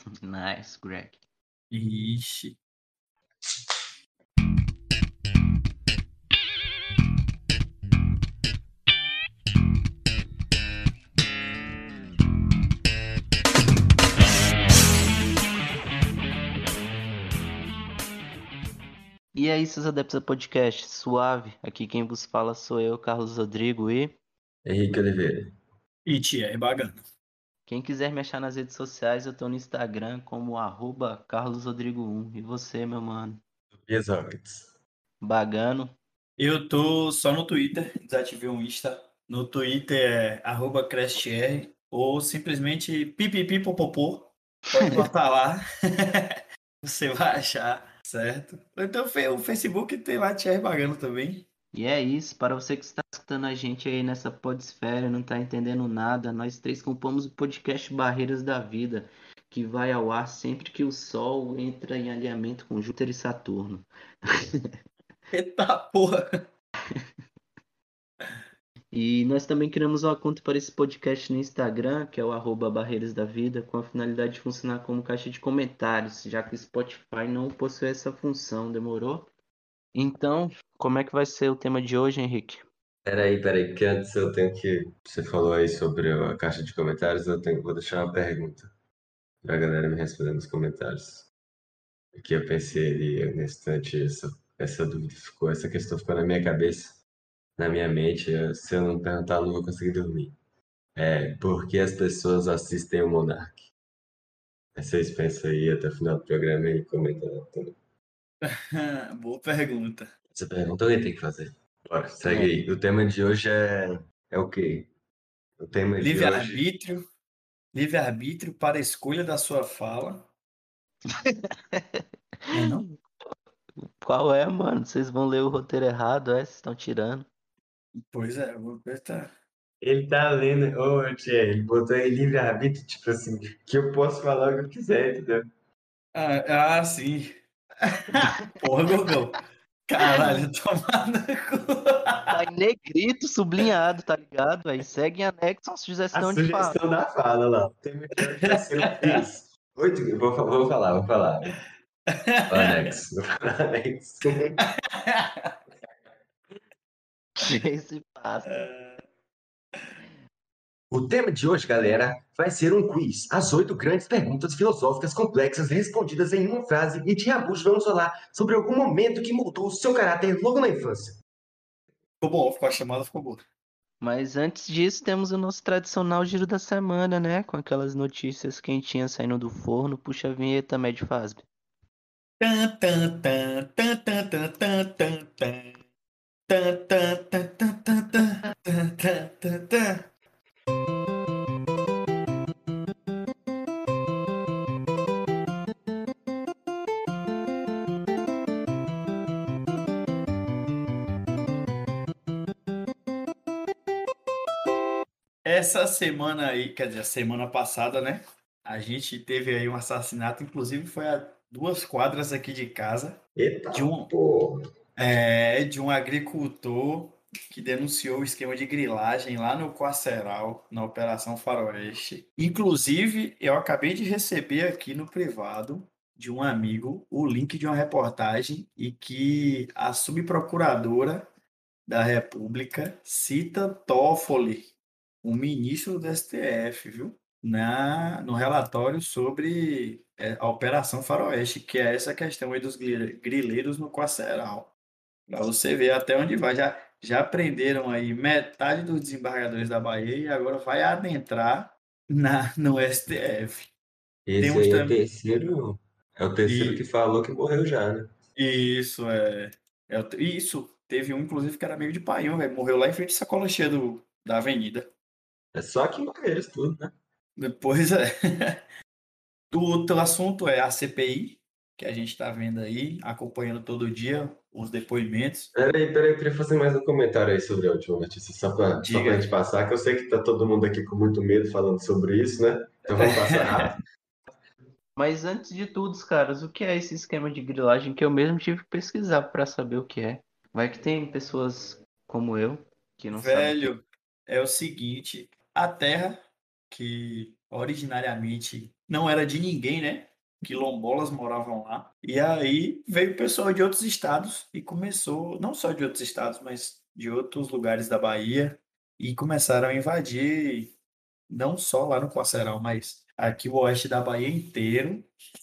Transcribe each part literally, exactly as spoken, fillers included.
Nice, Greg. Ixi. E aí, seus adeptos a podcast, suave. Aqui quem vos fala sou eu, Carlos Rodrigo, e Henrique Oliveira. E Thierry Bagano. quem quiser me achar nas redes sociais, eu tô no Instagram como arroba Carlos Rodrigo um. E você, meu mano? Tobias Rockets. Bagano. Eu tô só no Twitter, desativei o Insta. No Twitter é arroba CrashTR ou simplesmente pipipipopopô. Pode botar lá. Você vai achar, certo? Então o Facebook tem lá Thierry Bagano também. E é isso, para você que está escutando a gente aí nessa podesfera e não tá entendendo nada, nós três compomos o podcast Barreiras da Vida, que vai ao ar sempre que o Sol entra em alinhamento com Júpiter e Saturno. Eita porra! E nós também criamos uma conta para esse podcast no Instagram, que é o arroba Barreiras da Vida, com a finalidade de funcionar como caixa de comentários, já que o Spotify não possui essa função, demorou? Então, como é que vai ser o tema de hoje, Henrique? Peraí, peraí, que antes eu tenho que. Você falou aí sobre a caixa de comentários, eu tenho... vou deixar uma pergunta pra galera me responder nos comentários. Porque eu pensei ali nesse instante, essa, essa dúvida ficou, essa questão ficou na minha cabeça, na minha mente. eu- Se eu não perguntar, eu não vou conseguir dormir. É, por que as pessoas assistem o Monark? Aí vocês pensam aí até o final do programa e comentam também. Boa pergunta. Essa pergunta alguém tem que fazer. Bora, segue É. aí. O tema de hoje é, é o quê? O tema de hoje. Livre-arbítrio. Livre-arbítrio para a escolha da sua fala. Não é não? Qual é, mano? Vocês vão ler o roteiro errado, é? Vocês estão tirando. Pois é, eu vou apertar. Ele tá lendo, ô tia, ele botou aí livre-arbítrio, tipo assim, que eu posso falar o que eu quiser, entendeu? Ah, ah, sim. Porra, Gogão. Caralho, toma no Tá cu. em negrito, sublinhado, tá ligado? Aí segue em anexo a A sugestão de fala. sugestão da fala lá. O tema de hoje vai ser um quiz. Oito, eu vou, fa- vou falar, vou falar. O anexo, vou falar anexo. Esse passa. O tema de hoje, galera, vai ser um quiz. As oito grandes perguntas filosóficas complexas respondidas em uma frase e de Abujo vamos falar sobre algum momento que mudou o seu caráter logo na infância. Ficou bom, ficou a chamada, ficou boa. Mas antes disso, temos o nosso tradicional giro da semana, né? Com aquelas notícias quentinhas saindo do forno. Puxa a vinheta, Médio Fasb. Tan, tan, tan, tan, tan, tan, tan, tan, tan. Tan, tan, tan, tan, tan, tan, tan, tan, tan. Essa semana aí, quer dizer, a semana passada, né? A gente teve aí um assassinato, inclusive foi a duas quadras aqui de casa, Eita, de um, porra. é, de um agricultor que denunciou o esquema de grilagem lá no Coaceral, na Operação Faroeste. Inclusive, eu acabei de receber aqui no privado de um amigo o link de uma reportagem e que a subprocuradora da República cita Toffoli, o ministro do S T F, viu? Na, no relatório sobre é, a Operação Faroeste, que é essa questão aí dos gri- grileiros no Coaceral. Para você ver até onde vai. Já, já prenderam aí metade dos desembargadores da Bahia e agora vai adentrar na, no S T F. Esse Temos aí é o também. terceiro. É o terceiro que E falou que morreu já, né? isso é. é o- isso. Teve um, inclusive, que era amigo de Paião, velho. Morreu lá em frente à sacola cheia do, da avenida. É só que morreu eles tudo, né? Depois é. O outro assunto é a C P I, que a gente está vendo aí, acompanhando todo dia os depoimentos. Peraí, peraí, eu queria fazer mais um comentário aí sobre a última notícia, só pra, só pra Diga. gente passar, que eu sei que tá todo mundo aqui com muito medo falando sobre isso, né? Então vamos passar rápido. Mas antes de tudo, caras, o que é esse esquema de grilagem que eu mesmo tive que pesquisar pra saber o que é? Vai que tem pessoas como eu que não sabem o que é. Velho, é o seguinte, a Terra, que originariamente não era de ninguém, né? Quilombolas moravam lá. E aí veio o pessoal de outros estados e começou, não só de outros estados, mas de outros lugares da Bahia, e começaram a invadir, não só lá no Coaceral, mas aqui o oeste da Bahia inteiro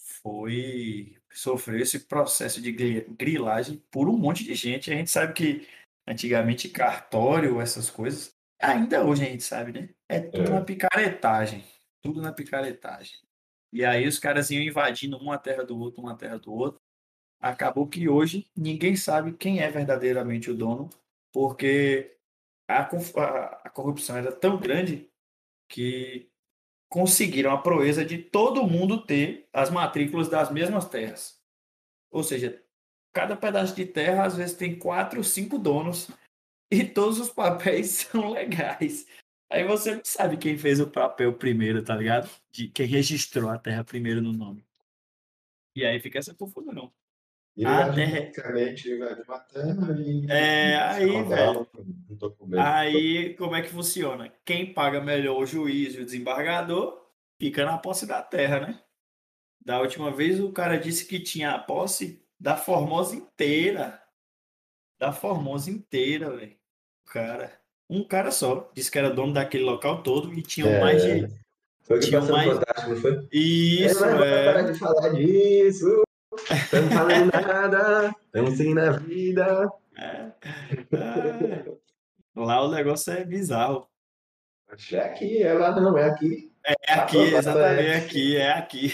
foi sofreu esse processo de gri- grilagem por um monte de gente. A gente sabe que antigamente cartório, essas coisas, ainda hoje a gente sabe, né? É tudo na É. picaretagem, tudo na picaretagem. E aí os caras iam invadindo uma terra do outro, uma terra do outro. Acabou que hoje ninguém sabe quem é verdadeiramente o dono, porque a, conf- a- a corrupção era tão grande que conseguiram a proeza de todo mundo ter as matrículas das mesmas terras. Ou seja, cada pedaço de terra às vezes tem quatro, cinco donos e todos os papéis são legais. Aí você não sabe quem fez o papel primeiro, tá ligado? De quem registrou a terra primeiro no nome. E aí fica essa confusão. E ele A invadiu terra basicamente, invadiu uma terra é e se aí, encontrava velho. um documento. Aí como é que funciona? Quem paga melhor o juiz e o desembargador fica na posse da terra, né? Da última vez o cara disse que tinha a posse da Formosa inteira. Da Formosa inteira, velho. O cara. Um cara só. Disse que era dono daquele local todo e tinham mais É, de. foi o que Tinham passou no mais. Fantástico, não foi? É, Isso, mas bora parar é. de falar disso. Estamos falando nada. Estamos sem na vida. É. É. Lá o negócio é bizarro. Acho que é aqui, é lá não, é aqui. É aqui, Aprovado, exatamente, é. é aqui, é aqui.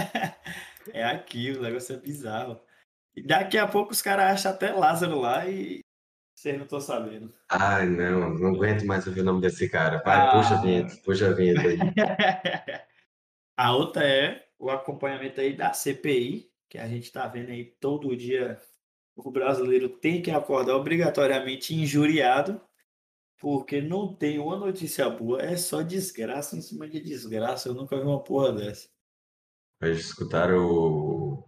É aqui, o negócio é bizarro. E daqui a pouco os caras acham até Lázaro lá e vocês não estão sabendo. Ai, não, não aguento mais ouvir o nome desse cara. Vai, puxa a vinheta, Ah. puxa a vinheta aí. A outra é o acompanhamento aí da C P I, que a gente está vendo aí todo dia. O brasileiro tem que acordar obrigatoriamente injuriado, porque não tem uma notícia boa, é só desgraça em cima de desgraça. Eu nunca vi uma porra dessa. Vai escutar o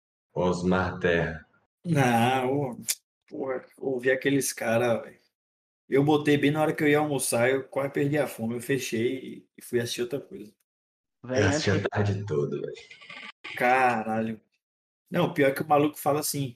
Osmar Terra. Não, porra, ouvi aqueles caras, velho. Eu botei bem na hora que eu ia almoçar, eu quase perdi a fome. Eu fechei e fui assistir outra coisa. Eu Véi, assisti antes a de tarde toda, velho. Caralho. Não, pior é que o maluco fala assim: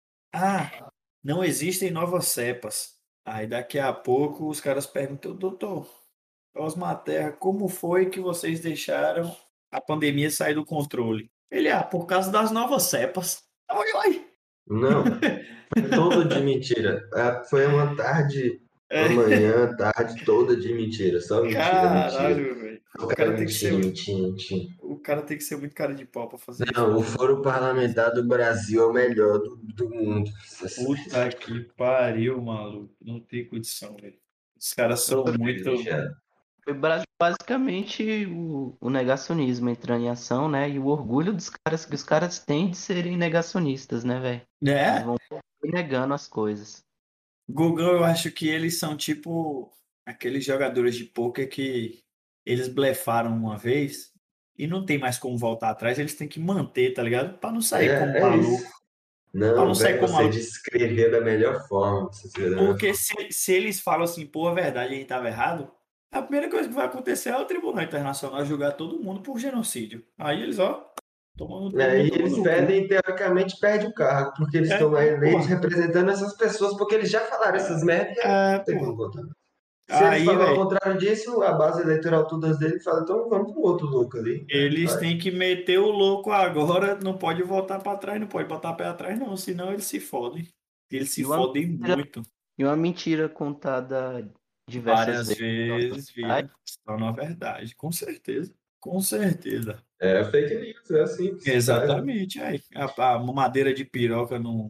ah, não existem novas cepas. Aí daqui a pouco os caras perguntam, doutor, Osmar Terra, como foi que vocês deixaram a pandemia sair do controle? Ele, ah, por causa das novas cepas. Oi, oi. Não, foi todo de mentira. Ah, foi uma tarde, uma É, manhã, tarde toda de mentira. Só mentira, mentira. caralho, velho. O O cara cara tem que mentindo, ser, mentindo, mentindo. o cara tem que ser muito cara de pau pra fazer isso, Não, o velho. foro parlamentar do Brasil é o melhor do, do mundo. Puta que pariu, maluco. Não tem condição, velho. Os caras são Foi muito. privilegiado. foi bra- basicamente o, o negacionismo entrando em ação, né? E o orgulho dos caras que os caras têm de serem negacionistas, né, velho? Eles Né? vão negando as coisas. Google, eu acho que eles são tipo aqueles jogadores de pôquer que eles blefaram uma vez e não tem mais como voltar atrás, eles têm que manter, tá ligado? Pra não sair como É, é isso. maluco. Pra não Não, sair velho, como você maluco. descrever da melhor forma. Você descrever da melhor Porque forma. se, se eles falam assim, pô, a verdade, a gente tava errado, a primeira coisa que vai acontecer é o Tribunal Internacional julgar todo mundo por genocídio. Aí eles, ó, tomando, E todo mundo aí tomando eles no cu. pedem, teoricamente, perdem o cargo, porque eles É, estão lá eleitos porra. representando essas pessoas, porque eles já falaram essas merdas e aí É, não tem como porra. votar. Se eles Aí, falam ao velho. contrário disso, a base eleitoral todas deles fala, então vamos pro outro louco ali. Aí Eles vai. têm que meter o louco agora, não pode voltar para trás, não pode botar pé atrás, não, senão eles se fodem. Eles se E uma fodem mentira, muito. e uma mentira contada diversas Várias vezes na vezes sociedade. vira só na verdade, com certeza. Com certeza. É fake news, é assim que se faz. Né? Exatamente. Aí, a, a madeira de piroca não.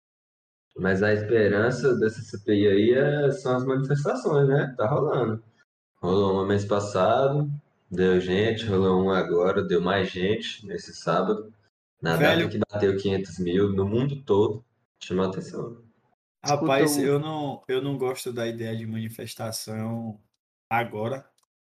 Mas a esperança dessa C P I aí é- são as manifestações, né? Tá rolando. Rolou uma mês passado, deu gente, rolou um agora, deu mais gente nesse sábado. Na data Velho, que bateu quinhentos mil no mundo todo, chamou atenção. Escuta rapaz, o. eu não, eu não gosto da ideia de manifestação agora,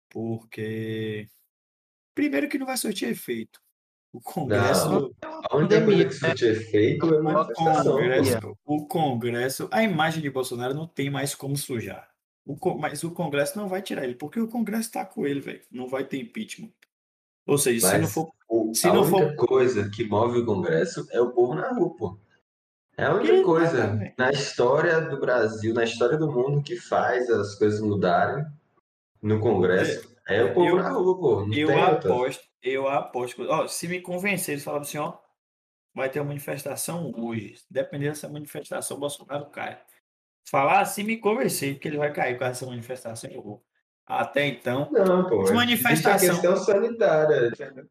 porque primeiro que não vai surtir efeito. O Não Não, Congresso. é uma a única coisa pandemia, que surte efeito é O uma manifestação, pô. pandemia. Congresso, o Congresso, a imagem de Bolsonaro não tem mais como sujar. O, Co- mas o Congresso não vai tirar ele, porque o Congresso tá com ele, velho. Não vai ter impeachment. Ou seja, se não Mas for, o- se a não única for, coisa que move o Congresso é o povo na rua, pô. É a única coisa exatamente. na história do Brasil, na história do mundo, que faz as coisas mudarem no É, Congresso é o é, povo na eu, rua, pô. Não eu tem outra. aposto, eu aposto. Ó, se me convencer, eles falavam assim, ó, vai ter uma manifestação hoje. Dependendo dessa manifestação, o Bolsonaro cai. Falar assim me convencer que ele vai cair com essa manifestação, eu vou. Até então, Não, pô. as Existe a manifestação, questão sanitária.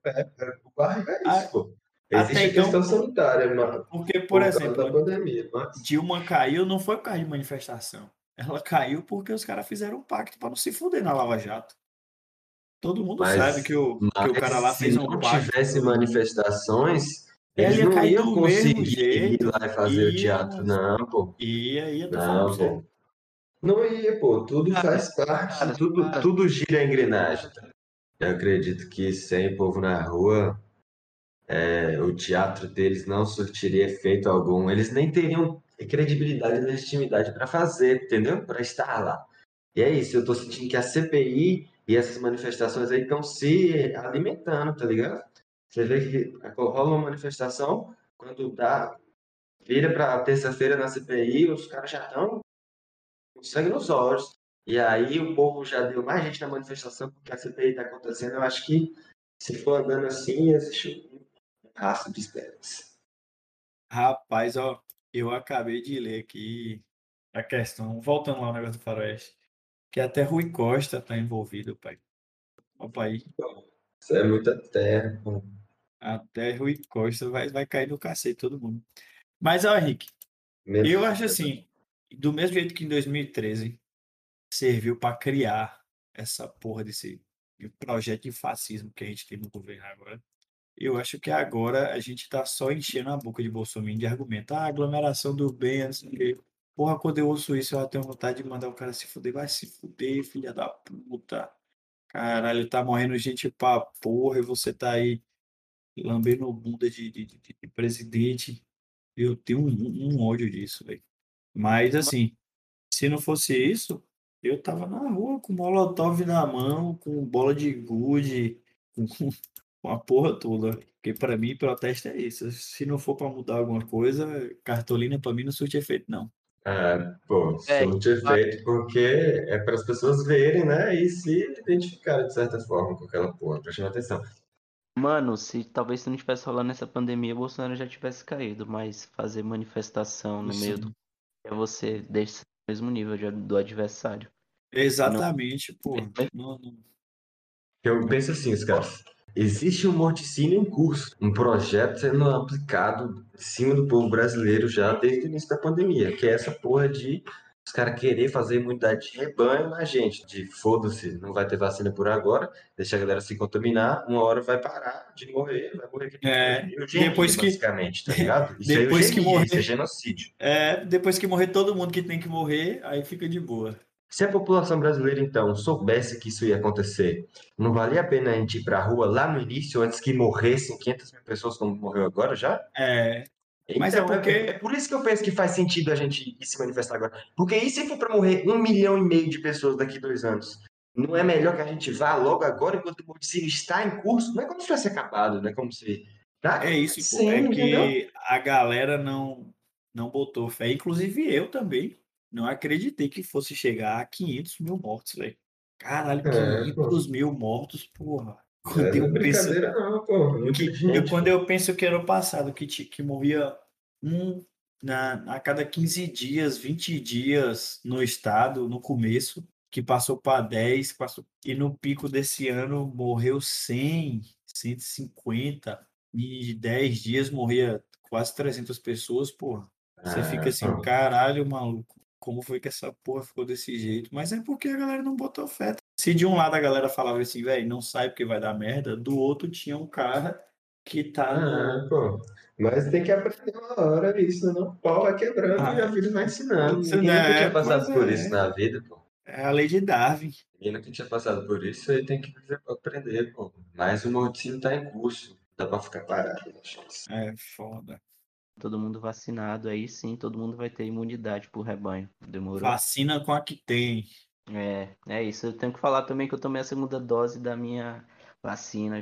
O barriga é isso, a- pô. até Existe a então, questão por- sanitária, mas porque, por por causa da exemplo, pandemia. Mas, Dilma caiu não foi por causa de manifestação. Ela caiu porque os caras fizeram um pacto para não se fuder na Lava Jato. Todo mundo sabe mas, que o, que o mas cara lá se fez um não pacto com tivesse todo mundo. manifestações, Ela eles ia não cair iam do mesmo conseguir ir jeito. lá e fazer o Ia, teatro, não, pô. ia, ia, tô falando pra Não, você. pô. Não ia, pô. Tudo Cara, faz parte, cara, tudo, cara, tudo gira a engrenagem. Eu acredito que sem povo na rua, é, o teatro deles não surtiria efeito algum. Eles nem teriam credibilidade e legitimidade para fazer, entendeu? Para estar lá. E é isso, eu tô sentindo que a C P I e essas manifestações aí estão se alimentando, tá ligado? Você vê que rola uma manifestação, quando dá, vira para terça-feira na C P I, os caras já estão com sangue nos olhos. E aí o povo já deu mais gente na manifestação porque a C P I está acontecendo. Eu acho que se for andando assim, existe um rastro de esperança. Rapaz, ó, eu acabei de ler aqui a questão, voltando lá ao negócio do Faroeste, que até Rui Costa tá envolvido, pai. Ó, pai, Isso é muita terra, pô. até Rui Costa vai, vai cair no cacete todo mundo. Mas, ó, Henrique, Minha eu acho filha, assim, do mesmo jeito que em dois mil e treze serviu para criar essa porra desse projeto de fascismo que a gente tem no governo agora, eu acho que agora a gente tá só enchendo a boca de Bolsonaro de argumento. Ah, aglomeração do bem, não sei o quê. Porra, quando eu ouço isso, eu tenho vontade de mandar o cara se fuder. Vai se fuder, filha da puta. Caralho, tá morrendo gente pra porra e você tá aí lambendo bunda de, de, de- de presidente. Eu tenho um, um ódio disso, velho. Mas, assim, se não fosse isso, eu tava na rua com molotov na mão, com bola de gude, com, com a porra toda. Porque pra mim, protesto é isso. Se não for pra mudar alguma coisa, cartolina pra mim não surte efeito, não. ah, pô, velho, surte efeito porque é para as pessoas verem, né? E se identificarem de certa forma com aquela porra, prestando atenção. mano, se talvez se não tivesse rolando essa pandemia, Bolsonaro já tivesse caído, mas fazer manifestação no meio do Sim. é você deixa no mesmo nível de- do adversário. E não, Exatamente, pô. Não, não. Eu penso assim, os caras. Existe um morticínio em curso, um projeto sendo aplicado em cima do povo brasileiro já desde o início da pandemia, que é essa porra de os caras querer fazer imunidade de rebanho na gente, de foda-se, não vai ter vacina por agora, deixa a galera se contaminar, uma hora vai parar de morrer, vai morrer que nem É, foi. Eugenia, depois que, basicamente, tá ligado? Isso é depois que eugenia, isso é morrer, genocídio. é, depois que morrer todo mundo que tem que morrer, aí fica de boa. Se a população brasileira, então, soubesse que isso ia acontecer, não valia a pena a gente ir para a rua lá no início, antes que morressem quinhentas mil pessoas, como morreu agora já? É, mas é Então, é, é- é porque por isso que eu penso que faz sentido a gente ir se manifestar agora. Porque e se for para morrer um milhão e meio de pessoas daqui a dois anos? Não é melhor que a gente vá logo agora, enquanto o morticínio está em curso? Não é como se tivesse acabado, não é como se... Tá é isso, pô. É acontecendo, entendeu? que a galera não não botou fé. Inclusive eu também não acreditei que fosse chegar a quinhentos mil mortos, velho. Caralho, É, pô. quinhentos mil mortos, porra. É, Quando não é eu penso brincadeira não, pô. Muita que eu gente, quando pô. eu penso que ano passado que ti- que morria um na a cada quinze dias, vinte dias no estado no começo, que passou para dez, passou e no pico desse ano morreu cem, cento e cinquenta e em dez dias morria quase trezentas pessoas, porra. Você fica É, assim, pô. caralho, maluco, como foi que essa porra ficou desse jeito? Mas é porque a galera não botou fé. Se de um lado a galera falava assim, velho, não sai porque vai dar merda, do outro tinha um cara que tá Ah, no. pô. Mas tem que aprender uma hora isso, não? O pau vai quebrando e a Ah, vida vai ensinando. isso, Ninguém nunca tinha né? Mas passado por isso é, na vida, pô. é a lei de Darwin. Ninguém nunca tinha passado por isso e tem que fazer- aprender, pô. Mas o morticínio tá em curso. Dá pra ficar parado, né, chance. É foda. todo mundo vacinado, aí sim todo mundo vai ter imunidade pro rebanho. Demorou? Vacina com a que tem. É, é isso. Eu tenho que falar também que eu tomei a segunda dose da minha vacina. Estou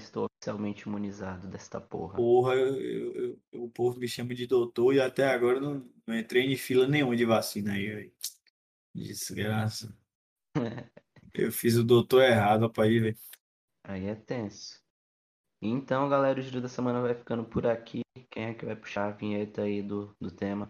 oficialmente imunizado desta porra. Porra, eu, eu- eu- o povo me chama de doutor e até agora eu não, não entrei em fila nenhuma de vacina aí, velho. Desgraça. Eu fiz o doutor errado, rapaz, velho. Aí é tenso. Então, galera, o Giro da Semana vai ficando por aqui. Quem é que vai puxar a vinheta aí do, do tema?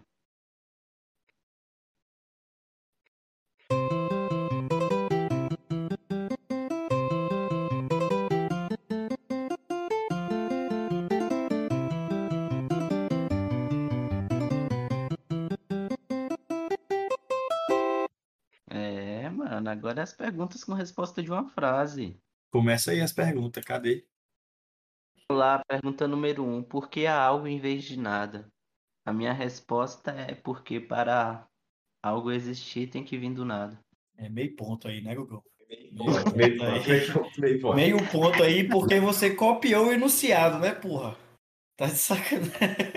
É, mano, agora as perguntas com resposta de uma frase. Começa aí as perguntas, cadê? Olá, pergunta número um. Por que há algo em vez de nada? A minha resposta é porque para algo existir tem que vir do nada. É meio ponto aí, né, Gugão? Meio Meio ponto, meio ponto ponto, aí. meio ponto, meio ponto. Meio ponto aí porque você copiou o enunciado, né, porra? Tá de sacanagem.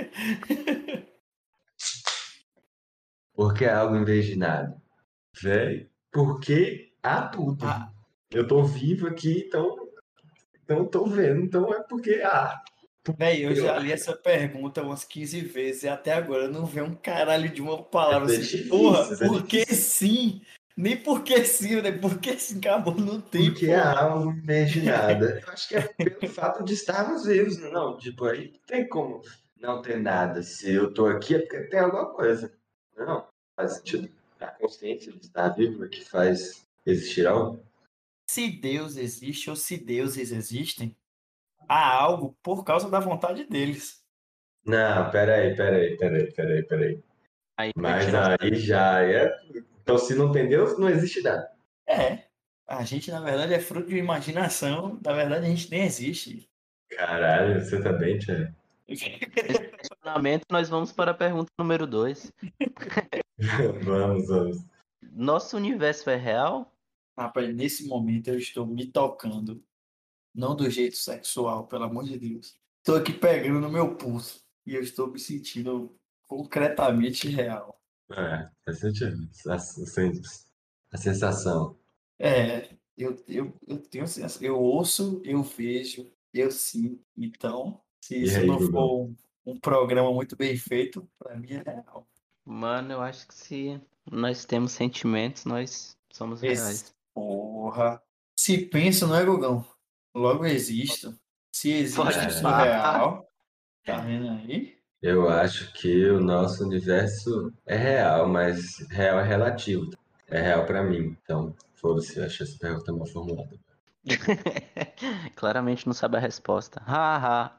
Porque há algo em vez de nada? Velho, porque há tudo. Ah, Eu tô vivo aqui, então, então tô vendo, então é porque há. velho, eu Eu já li acho essa pergunta umas quinze vezes e até agora eu não vejo um caralho de uma que palavra é assim. Porra, difícil, é porque difícil. sim? Nem porque sim, né? Porque sim, acabou, não tem, Porque há porra. algo em vez de nada. Eu acho que é pelo fato de estarmos vivos, não? Tipo, aí não tem como não ter nada. Se eu tô aqui é porque tem alguma coisa. Não, faz sentido. A consciência de estar vivo é que faz existir algo. Se Deus existe ou se deuses existem, há algo por causa da vontade deles. Não, peraí, peraí, peraí, peraí, peraí. Aí vai Mas tirar. aí já é. Então, se não tem Deus, não existe nada. É. A gente, na verdade, é fruto de imaginação. Na verdade, a gente nem existe. Caralho, você tá bem, Tia? Questionamento, nós vamos para a pergunta número dois. Vamos, vamos. Nosso universo é real? Rapaz, nesse momento eu estou me tocando. Não do jeito sexual, pelo amor de Deus. Estou aqui pegando no meu pulso. E eu estou me sentindo concretamente real. É, faz sentido. A, a sensação. É, eu, eu, eu tenho sensação. Eu ouço, eu vejo, eu sinto. Então, se E isso aí, não Gugão? for um, um programa muito bem feito, para mim é real. Mano, eu acho que se nós temos sentimentos, nós somos Esse, reais. porra. Se penso, não é, Gugão? Logo existo. Se existe, Pode sou Caralho. pá. real. Tá vendo aí? Eu acho que o nosso universo é real, mas real é relativo. É real pra mim. Então, foda-se, eu acho essa pergunta mal formulada. Claramente não sabe a resposta. Haha.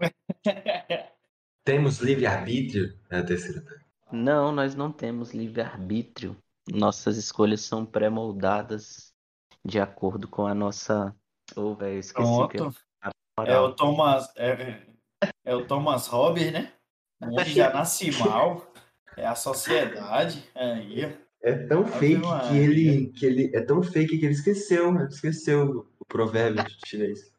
Temos livre-arbítrio? É a terceira pergunta. Não, nós não temos livre-arbítrio. Nossas escolhas são pré-moldadas de acordo com a nossa. Ô, velho, esqueci o que é Pronto. a É o moral. Thomas, é, é é o Thomas Hobbes, né? O homem já nasce mal. É a sociedade. Aí, ó. É tão Ave fake que Maria. ele, que ele é tão fake que ele esqueceu, ele esqueceu o provérbio chinês.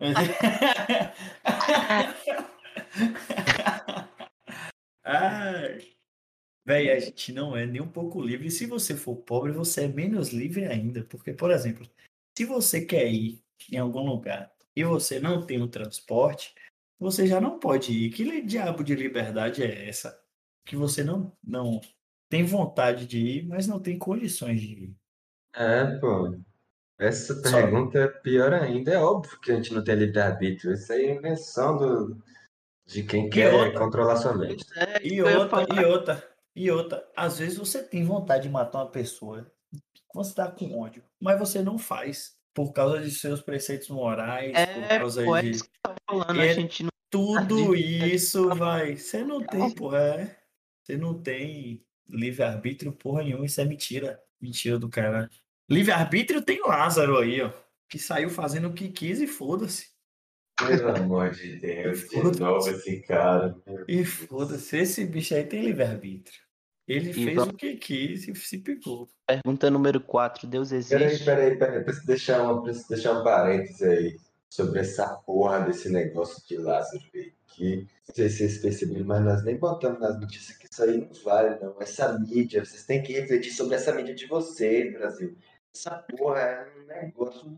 Ai, véi, a gente não é nem um pouco livre. E se você for pobre, você é menos livre ainda. Porque, por exemplo, se você quer ir em algum lugar e você não tem o transporte, você já não pode ir. Que li- diabo de liberdade é essa? Que você não, não tem vontade de ir, mas não tem condições de ir. É, pô. Essa Só. pergunta é pior ainda. É óbvio que a gente não tem livre-arbítrio. Isso aí é invenção do, de quem E quer outra, controlar sua Pois mente. é, isso e que eu ia outra, falar. e outra, e outra. Às vezes você tem vontade de matar uma pessoa. Você está com ódio, mas você não faz por causa de seus preceitos morais, por É, causa pô, é isso de. que eu tava falando. E A é gente não tá tudo livre. isso vai. Você não tem, porra. É. Você não tem livre-arbítrio, porra nenhuma. Isso é mentira. Mentira do cara. Livre-arbítrio tem Lázaro aí, ó. Que saiu fazendo o que quis e foda-se. Pelo amor de E Deus, de novo foda-se. esse cara. Meu E Deus. foda-se. Esse bicho aí tem livre-arbítrio. Ele E fez vamos o que quis e se picou. pergunta número quatro. Deus Peraí, existe? peraí, peraí. Preciso deixar, uma, preciso deixar um parênteses aí sobre essa porra desse negócio de Lázaro aí. Que não sei se vocês perceberam, mas nós nem botamos nas notícias que isso aí não vale, não. Essa mídia, vocês têm que refletir sobre essa mídia de vocês, Brasil. Essa porra é um negócio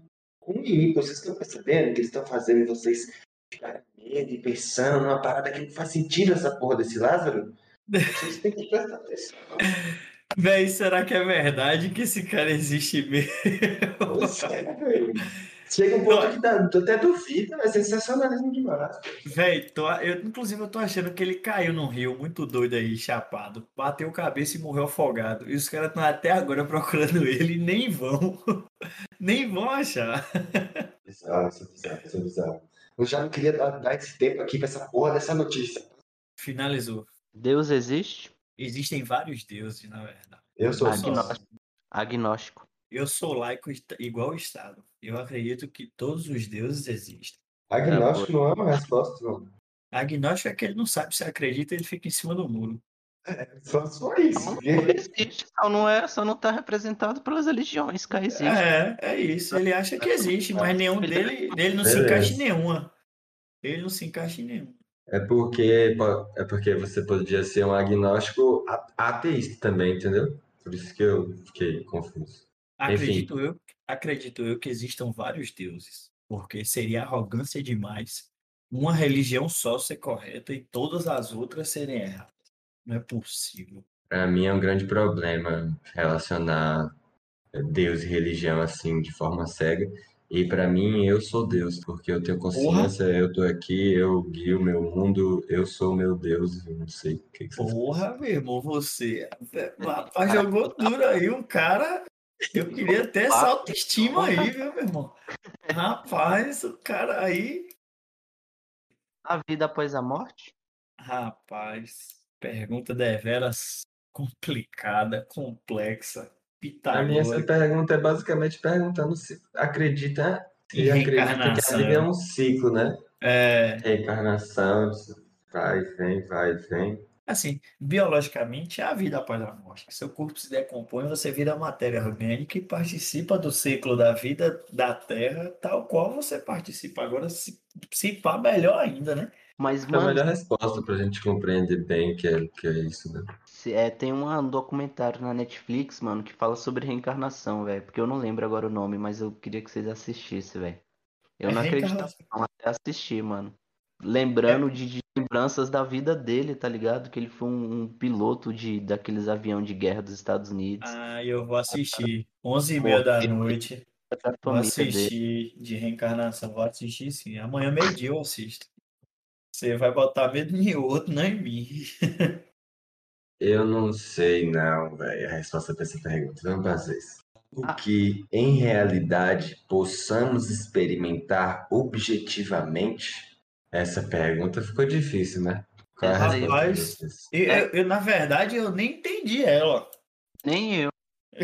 ruim, vocês estão percebendo que eles estão fazendo vocês ficarem com medo e pensando numa parada que não faz sentido essa porra desse Lázaro? Vocês têm que prestar atenção. Véi, será que é verdade que esse cara existe mesmo? Pois é, velho. Chega um ponto que dá, tu até duvida, é sensacionalismo demais. Véi, tô, eu, inclusive eu tô achando que ele caiu num rio muito doido aí, chapado. Bateu cabeça e morreu afogado. E os caras estão até agora procurando ele e nem vão. Nem vão achar. Bizarro, isso é bizarro, isso é bizarro. Eu já não queria dar, dar esse tempo aqui pra essa porra dessa notícia. Finalizou. Deus existe? Existem vários deuses, na verdade. Eu sou Eu sou, Agnóstico. Agnóstico. eu sou laico est- igual o Estado. Eu acredito que todos os deuses existem. agnóstico, não é uma resposta, não. Agnóstico é que ele não sabe se acredita, ele fica em cima do muro. Só, só isso. Não, não existe, só não é, só não tá representado pelas religiões, cá existe. É, é isso. Ele acha que existe, mas nenhum dele, dele não se Beleza. encaixa em nenhuma. Ele não se encaixa em nenhuma. É porque, é porque você podia ser um agnóstico a- ateísta também, entendeu? Por isso que eu fiquei confuso. Acredito eu, acredito eu que existam vários deuses, porque seria arrogância demais uma religião só ser correta e todas as outras serem erradas. Não é possível. Para mim é um grande problema relacionar Deus e religião assim de forma cega. E para mim eu sou Deus, porque eu tenho consciência, eu tô aqui, eu guio o meu mundo, eu sou o meu Deus, eu não sei o que, que você Porra, meu irmão, você rapaz, jogou duro aí, um cara. Eu queria ter essa autoestima aí, viu, meu irmão? Rapaz, o cara aí. A vida após a morte? Rapaz, pergunta deveras complicada, complexa, Para mim, essa pitagórica. pergunta é basicamente perguntando se acredita, E se acredita que a vida é reencarnação. um ciclo, né? É, Reencarnação, vai, vem, vai, vem. assim, biologicamente é a vida após a morte. Seu corpo se decompõe, você vira matéria orgânica e participa do ciclo da vida da Terra, tal qual você participa. Agora, se, se pá, melhor ainda, né? Mas, Foi a mano, melhor resposta para a gente compreender bem o que é, que é isso, né? se- é, tem um documentário na Netflix, mano, que fala sobre reencarnação, velho. Porque eu não lembro agora o nome, mas eu queria que vocês assistissem, velho. Eu É não acreditava reencarnação. não, até assistir, mano. É, Lembrando de, de lembranças da vida dele, tá ligado? Que ele foi um, um piloto de daqueles avião de guerra dos Estados Unidos. ah, eu vou assistir. Onze e meia Morreu da noite. da Vou família dele. assistir de reencarnação. Vou assistir sim. Amanhã, meio-dia, eu assisto. Você vai botar medo em outro, não em mim. Eu não sei, não, velho, a resposta para essa pergunta. Vamos fazer isso. O Ah, que, em realidade, possamos experimentar objetivamente? Essa pergunta ficou difícil, né? Qual é a essa aí, resposta de Rapaz, vocês? eu, é, eu- eu, na verdade, eu nem entendi ela. nem eu.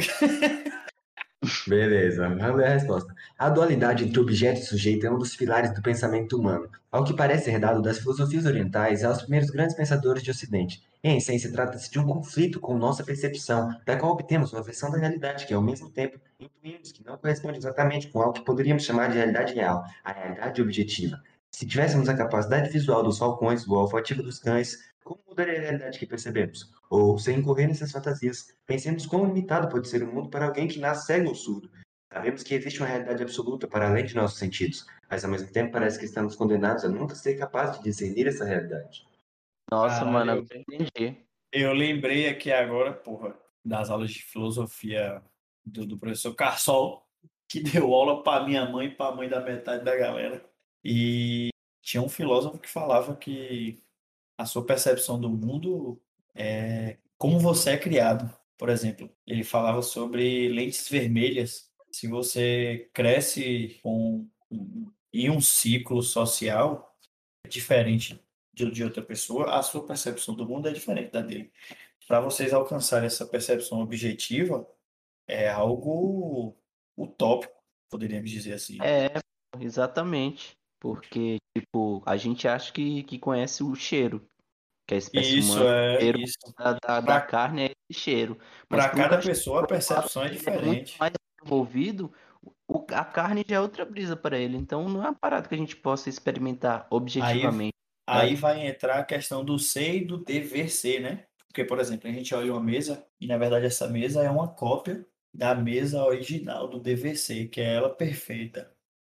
Beleza, vamos ver a resposta. A dualidade entre objeto e sujeito é um dos pilares do pensamento humano, ao que parece herdado das filosofias orientais e aos primeiros grandes pensadores de Ocidente. Em essência, trata-se de um conflito com nossa percepção, da qual obtemos uma versão da realidade que, ao mesmo tempo, intuímos que não corresponde exatamente com algo que poderíamos chamar de realidade real, a realidade objetiva. Se tivéssemos a capacidade visual dos falcões, o olfativo dos cães, como mudaria a realidade que percebemos? Ou, sem incorrer nessas fantasias, pensemos quão limitado pode ser o mundo para alguém que nasce cego ou surdo. Sabemos que existe uma realidade absoluta para além de nossos sentidos, mas ao mesmo tempo parece que estamos condenados a nunca ser capazes de discernir essa realidade. Nossa, mano, Caralho, agora eu entendi. eu lembrei aqui agora, porra, das aulas de filosofia do, do professor Carsol, que deu aula para minha mãe e para a mãe da metade da galera. E tinha um filósofo que falava que a sua percepção do mundo é como você é criado. Por exemplo, ele falava sobre lentes vermelhas. Se você cresce com em um ciclo social diferente de, de outra pessoa, a sua percepção do mundo é diferente da dele. Para vocês alcançarem essa percepção objetiva, é algo utópico, poderíamos dizer assim. É, exatamente. Porque, tipo, a gente acha que, que conhece o cheiro, que a espécie Isso humana, o é cheiro isso. da, da, da carne é esse cheiro. Mas Para para um cada cachorro, pessoa, a percepção é ele é muito diferente. mais desenvolvido, o, a carne já é outra brisa para ele. Então não é uma parada que a gente possa experimentar Aí, objetivamente, aí sabe? vai entrar a questão do ser e do dever ser, né? Porque, por exemplo, a gente olha uma mesa e, na verdade, essa mesa é uma cópia da mesa original do dever ser, que é ela perfeita.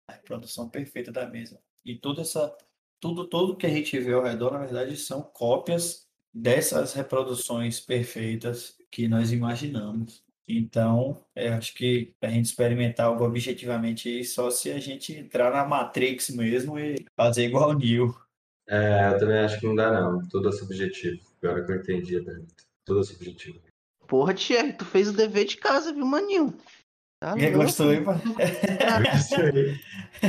a reprodução perfeita da mesma. E toda essa, tudo, tudo que a gente vê ao redor, na verdade, são cópias dessas reproduções perfeitas que nós imaginamos. Então, eu acho que a gente experimentar algo objetivamente aí só se a gente entrar na Matrix mesmo e fazer igual o Neo. É, eu também acho que não dá, não. Tudo é subjetivo. Agora que eu entendi a pergunta. Tudo é subjetivo. Porra, Thierry, tu fez o dever de casa, viu, maninho? Tá Ninguém louco? gostou, hein, pai? Isso aí.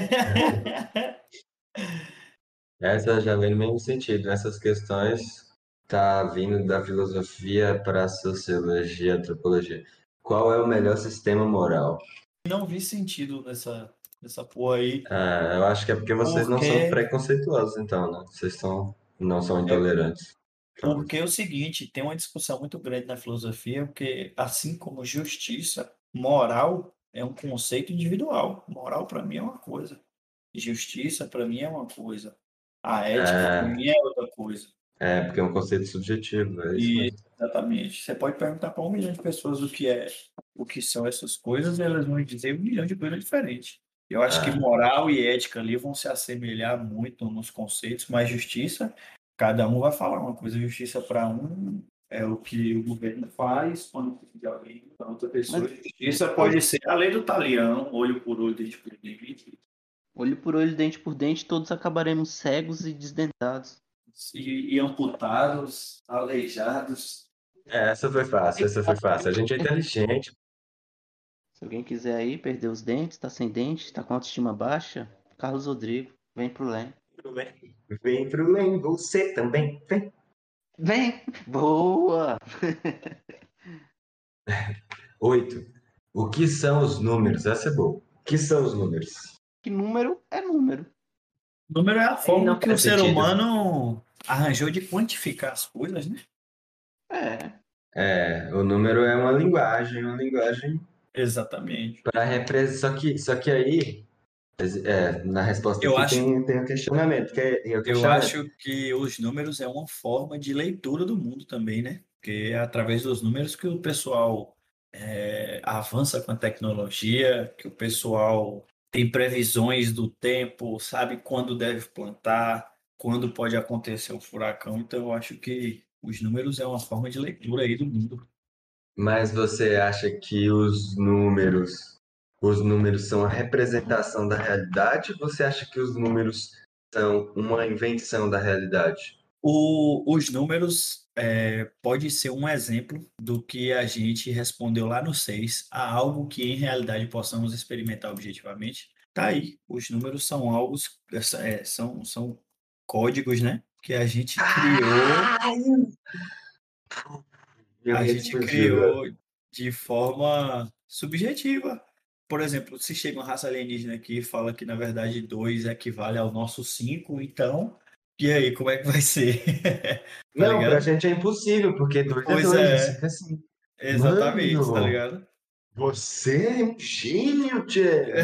Essa já vem no mesmo sentido. Nessas questões, tá vindo da filosofia para a sociologia, antropologia. Qual é o melhor sistema moral? Não vi sentido nessa, nessa porra aí, Ah, eu acho que é porque vocês não são porque preconceituosos, então, né? Vocês são, não são é intolerantes. porque Talvez. é o seguinte, tem uma discussão muito grande na filosofia, porque assim como justiça, moral é um conceito individual. Moral para mim é uma coisa, justiça para mim é uma coisa, a ética para É, mim é outra coisa. é, porque é um conceito subjetivo, é isso E mesmo. exatamente, você pode perguntar para um milhão de pessoas o que é, o que são essas coisas, e elas vão dizer um milhão de coisas diferentes. Eu acho que Ah, moral e ética ali vão se assemelhar muito nos conceitos, mas justiça, cada um vai falar uma coisa. Justiça para um é o que o governo faz quando de alguém para outra pessoa. Mas Justiça pode ser a lei do talião, olho por olho, dente por dente, olho por olho, dente por dente, todos acabaremos cegos e desdentados. e, e amputados, aleijados. é, essa foi fácil, essa foi fácil. A gente é inteligente. Se alguém quiser aí perder os dentes, tá sem dente, tá com autoestima baixa, Carlos Rodrigo, vem pro Lem. Vem, vem pro Lem, você também vem. Vem! Boa! Oito. O que são os números? Essa é boa. O que são os números? Que número é número. Número é a Aí forma não que o faz ser sentido. humano arranjou de quantificar as coisas, né? É. É, o número é uma linguagem, uma linguagem Exatamente. para representar. Só que, só que aí, é, na resposta Eu aqui acho, tem, tem um questionamento, que é, é o eu questionamento. acho que os números é uma forma de leitura do mundo também, né? Porque é através dos números que o pessoal é, avança com a tecnologia, que o pessoal tem previsões do tempo, sabe quando deve plantar, quando pode acontecer um furacão. Então, eu acho que os números é uma forma de leitura aí do mundo. Mas você acha que os números, os números são a representação da realidade? Ou você acha que os números são uma invenção da realidade? O, os números é, pode ser um exemplo do que a gente respondeu lá no seis a algo que em realidade possamos experimentar objetivamente. Tá aí, os números são algo, é, são, são códigos, né? Que a gente criou, Ai, minha a mente gente explodiu agora. criou de forma subjetiva. Por exemplo, se chega uma raça alienígena aqui e fala que na verdade dois equivale ao nosso cinco, então, e aí, como é que vai ser? Tá Não, pra ligado? gente é impossível, porque dois é Pois dois, é é, sempre assim. exatamente, tá Mano, ligado? você é um gênio, Tchê.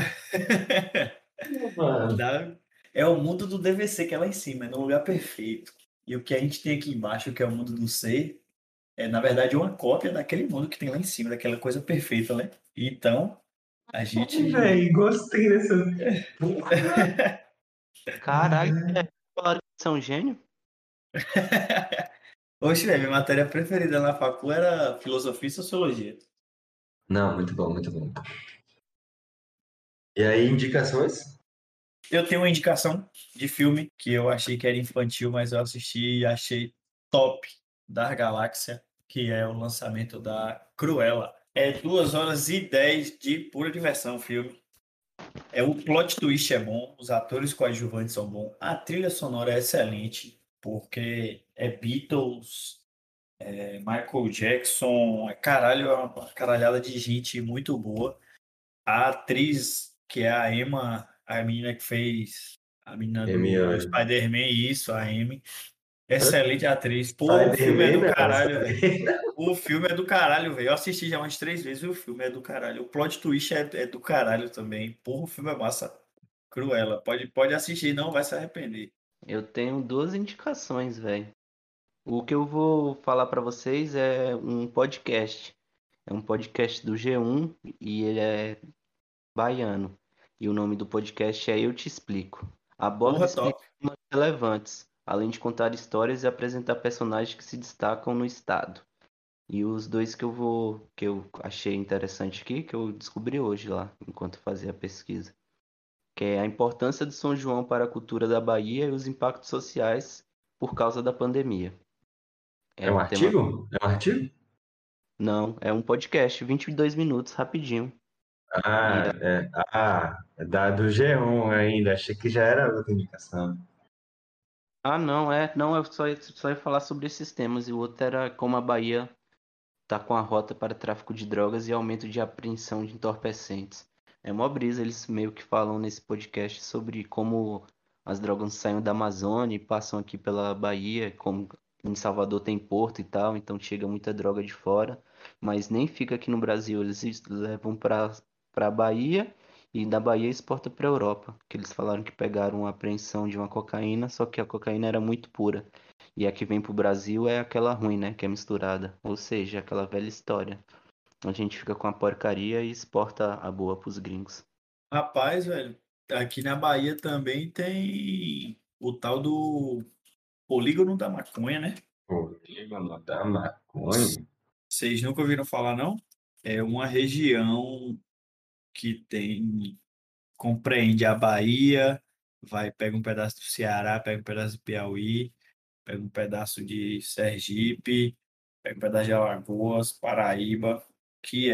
Mano. Dá- É o mundo do D V C que é lá em cima, é no lugar perfeito. E o que a gente tem aqui embaixo, que é o mundo do C, é na verdade uma cópia daquele mundo que tem lá em cima, daquela coisa perfeita, né? Então, a Ai, gente. velho, gostei dessa. Porra. Caralho, é. Falaram que você é um gênio? Oxe, velho, minha matéria preferida na facu era filosofia e sociologia. Não, muito bom, muito bom. E aí, indicações? Eu tenho uma indicação de filme que eu achei que era infantil, mas eu assisti e achei top da Galáxia, que é o lançamento da Cruella. É duas horas e dez de pura diversão o filme. É o plot twist é bom, os atores coadjuvantes são bons, a trilha sonora é excelente, porque é Beatles, é Michael Jackson, é caralho, é uma caralhada de gente muito boa. A atriz, que é a Emma, a menina que fez a menina do, do Hermione. Spider-Man, isso, a Amy. Excelente atriz. Pô, o filme é Spider-Man, do não, caralho, velho. Spider-Man. O filme é do caralho, velho. Eu assisti já umas três vezes e o filme é do caralho. O plot twist é, é do caralho também. Porra, o filme é massa. Cruella. Pode, pode assistir, não vai se arrepender. Eu tenho duas indicações, velho. O que eu vou falar pra vocês é um podcast. É um podcast do G um e ele é baiano. E o nome do podcast é Eu Te Explico. Aborda Porra, e explica top. temas relevantes, além de contar histórias e apresentar personagens que se destacam no estado. E os dois que eu vou, que eu achei interessante aqui, que eu descobri hoje lá, enquanto fazia a pesquisa, que é a importância de São João para a cultura da Bahia e os impactos sociais por causa da pandemia. É É um um tema, artigo? É um artigo? não, é um podcast, vinte e dois minutos, rapidinho. E Ah, é, ah, é da do G um ainda. Achei que já era outra indicação. ah, não, é, não, eu só, ia- só ia falar sobre esses temas e o outro era como a Bahia tá com a rota para tráfico de drogas e aumento de apreensão de entorpecentes. É mó brisa, eles meio que falam nesse podcast sobre como as drogas saem da Amazônia e passam aqui pela Bahia, como em Salvador tem porto e tal, então chega muita droga de fora, mas nem fica aqui no Brasil, eles es- levam para para Bahia e da Bahia exporta para Europa, que eles falaram que pegaram uma apreensão de uma cocaína, só que a cocaína era muito pura. E a que vem pro Brasil é aquela ruim, né? Que é misturada. Ou seja, aquela velha história. A gente fica com a porcaria e exporta a boa pros gringos. Rapaz, velho, aqui na Bahia também tem o tal do polígono da maconha, né? Polígono da maconha? Vocês nunca ouviram falar, não? É uma região que tem compreende a Bahia, vai pega um pedaço do Ceará, pega um pedaço do Piauí, pega um pedaço de Sergipe, pega um pedaço de Alagoas, Paraíba, que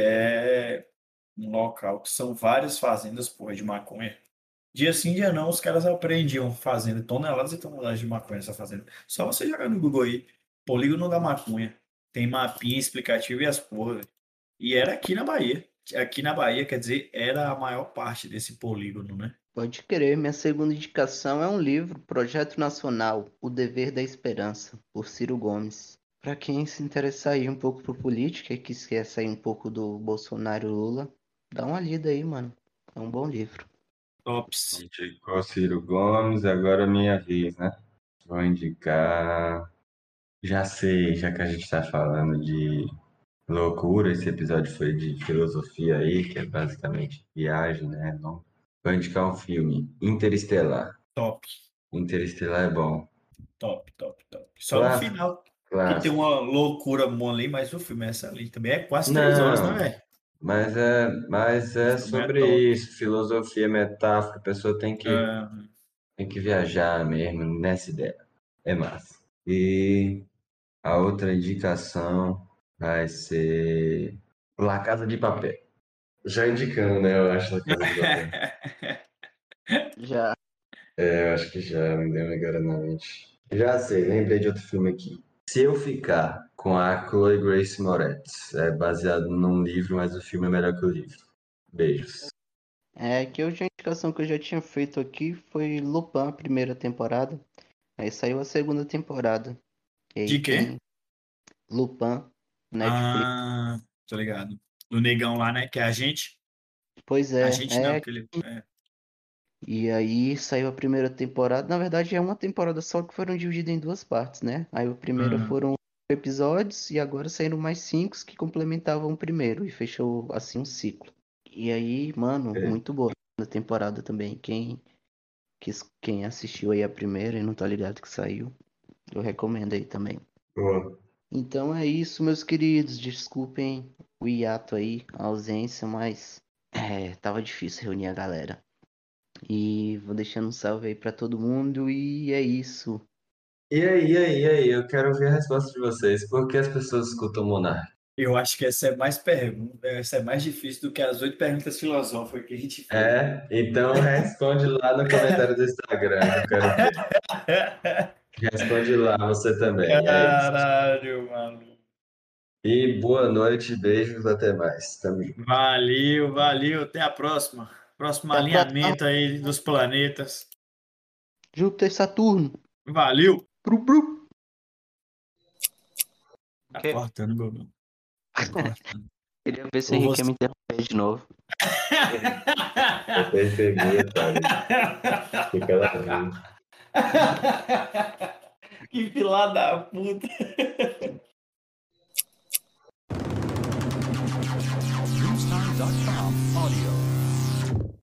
é um local que são várias fazendas, porra, de maconha. Dia sim, dia não, os caras apreendiam fazenda, toneladas e toneladas de maconha nessa fazenda. Só você jogar no Google aí, polígono da maconha. Tem mapinha explicativo e as porra, velho. E era aqui na Bahia. Aqui na Bahia, quer dizer, era a maior parte desse polígono, né? Pode crer, minha segunda indicação é um livro, Projeto Nacional, O Dever da Esperança, por Ciro Gomes. Para quem se interessar aí um pouco por política e que quer sair um pouco do Bolsonaro e Lula, dá uma lida aí, mano. É um bom livro. Tops. Indicou Ciro Gomes, agora é minha vez, né? Vou indicar. Já sei, já que a gente está falando de loucura, esse episódio foi de filosofia aí, que é basicamente viagem, né? Não. Vou indicar um filme, Interestelar. Top, Interestelar é bom. top, top, top. Só no Clássico, final que tem clássico. uma loucura boa ali, mas o filme é excelente também. É quase três horas, não Não, é? mas é, mas O é filme é sobre top. isso, filosofia, metáfora, a pessoa tem que, Ah, tem que viajar mesmo nessa ideia. É massa. E a outra indicação vai ser La Casa de Papel. Já indicando, né? Eu acho La Casa de Papel. Já. É, eu acho que já me deu agora na mente. Já sei, lembrei de outro filme aqui. Se Eu Ficar, com a Chloe Grace Moretz. É baseado num livro, mas o filme é melhor que o livro. Beijos. É que a última indicação que eu já tinha feito aqui foi Lupin, a primeira temporada. Aí saiu a segunda temporada. E aí de quê? quem Lupin, Netflix. Ah, tô ligado. Do negão lá, né? Que é a gente. Pois A é, gente não, é. porque ele. É. E aí saiu a primeira temporada. Na verdade é uma temporada só que foram divididas em duas partes, né? Aí a primeira Ah, foram episódios e agora saíram mais cinco que complementavam o primeiro e fechou assim um ciclo. E aí, mano, É, muito boa a temporada também. Quem, quis- quem assistiu aí a primeira e não tá ligado que saiu, eu recomendo aí também. boa. Então é isso, meus queridos. Desculpem o hiato aí, a ausência, mas é, tava difícil reunir a galera. E vou deixando um salve aí pra todo mundo e é isso. E aí, e aí, e aí? Eu quero ouvir a resposta de vocês. Por que as pessoas escutam Monark? eu acho que essa é mais pergunta, essa é mais difícil do que as oito perguntas filosóficas que a gente fez, né? É, então responde lá no comentário do Instagram, que eu quero ver. Responde lá, você também. É isso. Caralho, mano. E boa noite, beijos, até mais. Tamo junto. Valeu, valeu. Até a próxima. Próximo Até a próxima. alinhamento aí dos planetas. Júpiter e Saturno. Valeu. Bru, bru. Tá Que? cortando, Gogão. Tá cortando. Queria ver se o Ou Henrique ia você. me interromper de novo. Eu percebi, Otávio. Fica lá mesmo. Que filha da puta. Dreamstime dot com audio.